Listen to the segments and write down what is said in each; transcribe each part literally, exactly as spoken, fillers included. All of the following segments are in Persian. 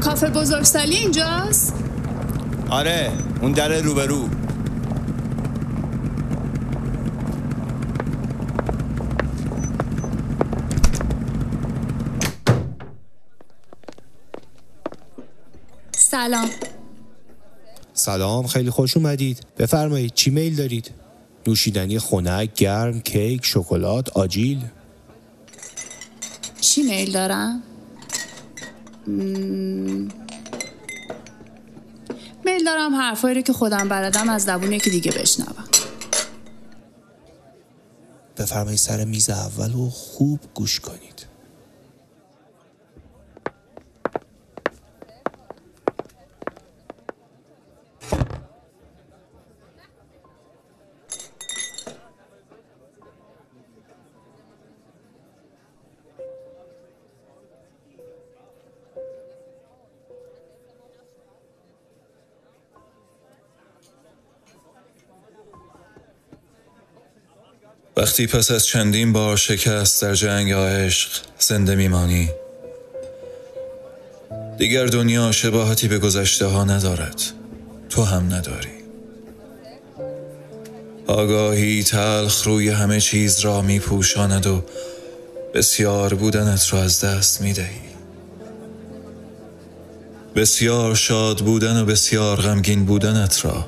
کافه بزرگسالی اینجاست؟ آره، اون در روبرو. سلام. سلام، خیلی خوش اومدید. بفرمایید چی میل دارید؟ نوشیدنی خنک، گرم، کیک، شکلات، آجیل. چی میل دارم؟ مم... میل دارم حرفایی رو که خودم بلدم از زبون یکی دیگه بشنوم. بفرمایید سر میز اول و خوب گوش کنید. وقتی پس از چندین بار شکست در جنگ یا عشق زنده میمانی، دیگر دنیا شباهتی به گذشته ها ندارد، تو هم نداری. آگاهی تلخ روی همه چیز را میپوشاند و بسیار بودنت را از دست میدهی. بسیار شاد بودن و بسیار غمگین بودنت را،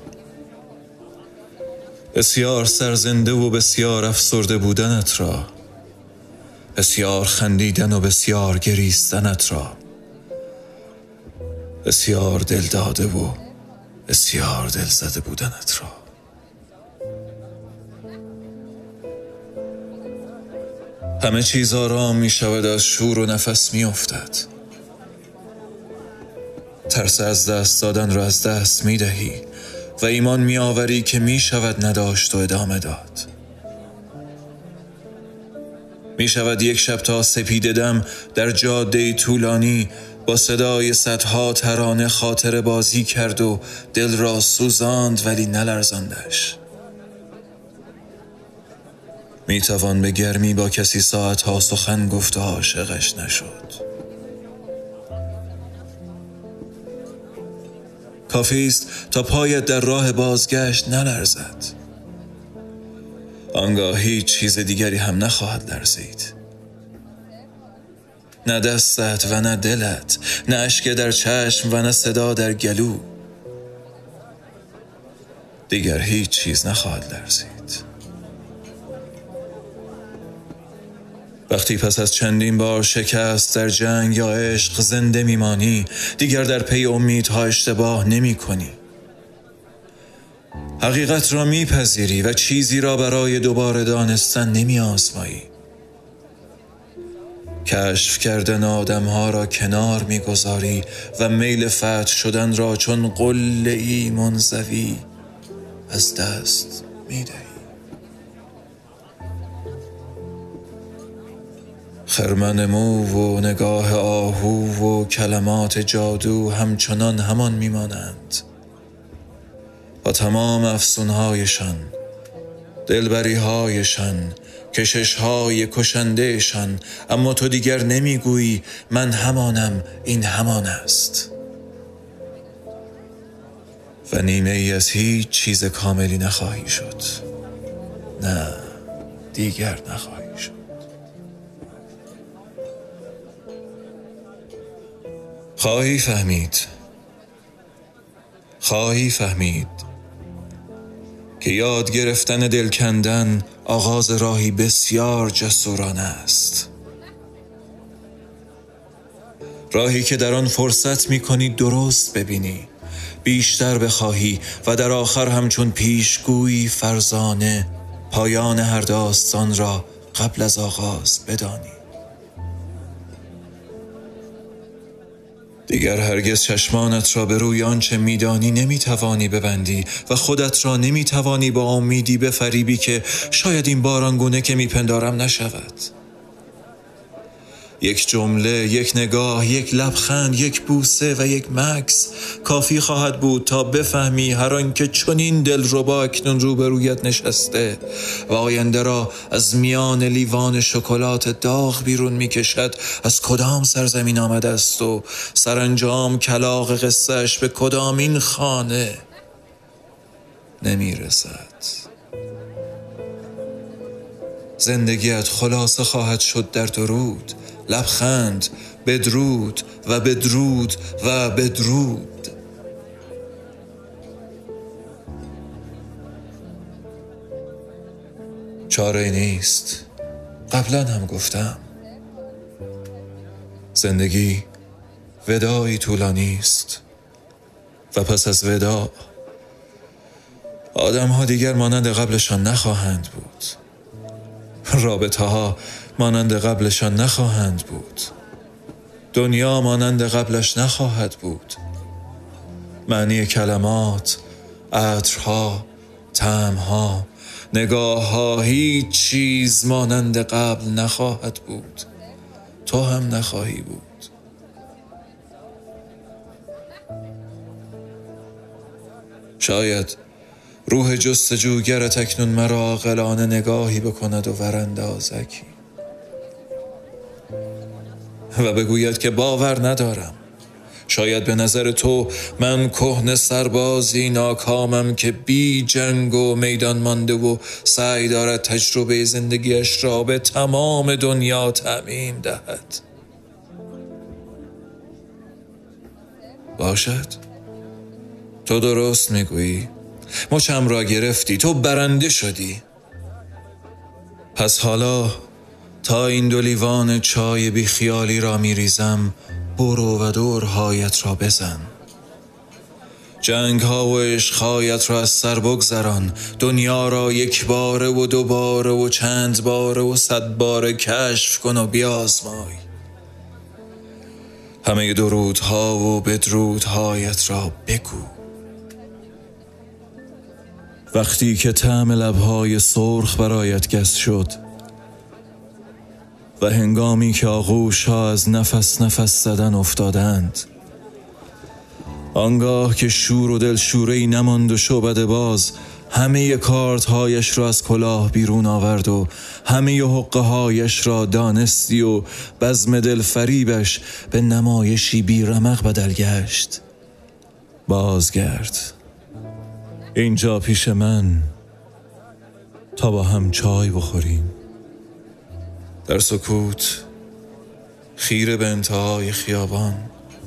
بسیار سرزنده و بسیار افسرده بودنت را، بسیار خندیدن و بسیار گریستنت را، بسیار دل داده و بسیار دل زده بودنت را. همه چیز آرام می شود، از شور و نفس می افتد. ترس از دست دادن را از دست می دهی و ایمان می آوری که می شود نداشت و ادامه داد. می شود یک شب تا سپید دم در جاده طولانی با صدای صدها ترانه خاطر بازی کرد و دل را سوزاند ولی نلرزاندش. می توان به گرمی با کسی ساعتها سخن گفت و عاشقش نشد. کافی است تا پایت در راه بازگشت نلرزد. آنگاه هیچ چیز دیگری هم نخواهد لرزید. نه دستت و نه دلت، نه اشک در چشم و نه صدا در گلو. دیگر هیچ چیز نخواهد لرزید. وقتی پس از چندین بار شکست در جنگ یا عشق زنده میمانی، دیگر در پی امیدها اشتباه نمی کنی. حقیقت را میپذیری و چیزی را برای دوباره دانستن نمی آزمایی. کشف کردن آدمها را کنار میگذاری و میل فتح شدن را چون قله‌ای منزوی از دست میدهی. خرمن مو و نگاه آهو و کلمات جادو همچنان همان میمانند، با تمام افسونهایشان، دلبریهایشان، کششهای کشندهشان. اما تو دیگر نمیگویی من همانم، این همان است. و نیمه ای از هیچ چیز کاملی نخواهی شد. نه، دیگر نخواهی شد. خواهی فهمید خواهی فهمید که یاد گرفتن دل کندن آغاز راهی بسیار جسورانه است. راهی که در آن فرصت می کنی درست ببینی، بیشتر بخواهی و در آخر همچون پیشگویی فرزانه پایان هر داستان را قبل از آغاز بدانی. دیگر هرگز چشمانت را به روی آنچه میدانی نمیتوانی ببندی و خودت را نمیتوانی با امیدی بفریبی که شاید این بار آنگونه که میپندارم نشود. یک جمله، یک نگاه، یک لبخند، یک بوسه و یک مکس کافی خواهد بود تا بفهمی هر آنکه چنین دلربا اکنون روبرویت نشسته و آینده را از میان لیوان شکلات داغ بیرون میکشد از کدام سرزمین آمده است و سرانجام کلاغ قصهش به کدام این خانه نمیرسد. زندگیت خلاصه خواهد شد در درود، لبخند، بدرود و بدرود و بدرود. چاره نیست، قبلا هم گفتم. زندگی وداعی طولانی است و پس از وداع آدم ها دیگر مانند قبلشان نخواهند بود. رابطه ها مانند قبلشان نخواهند بود. دنیا مانند قبلش نخواهد بود. معنی کلمات، عطرها، طعمها، نگاهها، هیچ چیز مانند قبل نخواهد بود. تو هم نخواهی بود. شاید روح جستجوگرت اکنون مرا عاقلانه نگاهی بکند و وراندازکی و بگوید که باور ندارم. شاید به نظر تو من کهنه سربازی ناکامم که بی جنگ و میدان مانده و سعی دارد تجربه زندگیش را به تمام دنیا تعمیم دهد. باشد، تو درست میگویی. مچم را گرفتی، تو برنده شدی. پس حالا تا این دو لیوان چای بی خیالی را میریزم، برو و دورهایت را بزن. جنگ ها و عشقهایت را از سر بگذران. دنیا را یک باره و دو باره و چند باره و صد باره کشف کن و بیازمای. همه درودها و بدرودهایت را بگو. وقتی که طعم لبهای سرخ برایت گس شد و هنگامی که آغوش ها از نفس نفس زدن افتادند، آنگاه که شور و دل شوره‌ای نماند و شعبده باز همه کارت هایش را از کلاه بیرون آورد و همه حقه هایش را دانستی و بزم دل فریبش به نمایشی بی رمق بدل گشت، بازگرد اینجا پیش من تا با هم چای بخوریم. در سکوت خیره به انتهای خیابان،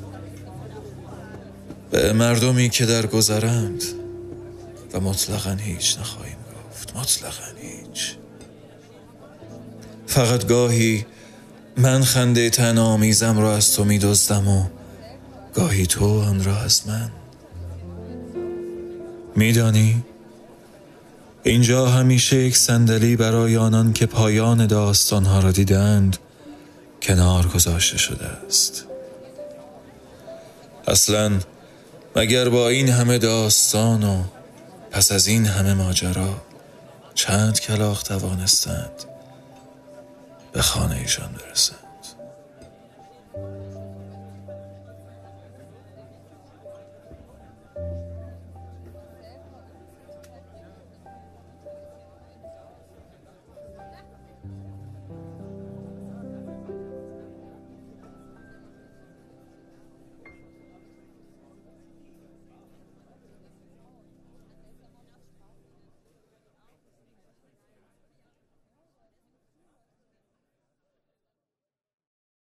به مردمی که در گذرند و مطلقاً هیچ نخواهیم گفت، مطلقاً هیچ. فقط گاهی من خنده طعنه‌آمیزم را از تو می دزدم و گاهی تو آن را از من. میدانی؟ اینجا همیشه یک صندلی برای آنان که پایان داستانها را دیدند کنار گذاشته شده است. اصلاً مگر با این همه داستان و پس از این همه ماجرا چند کلاغ توانستند به خانه ایشان برسند؟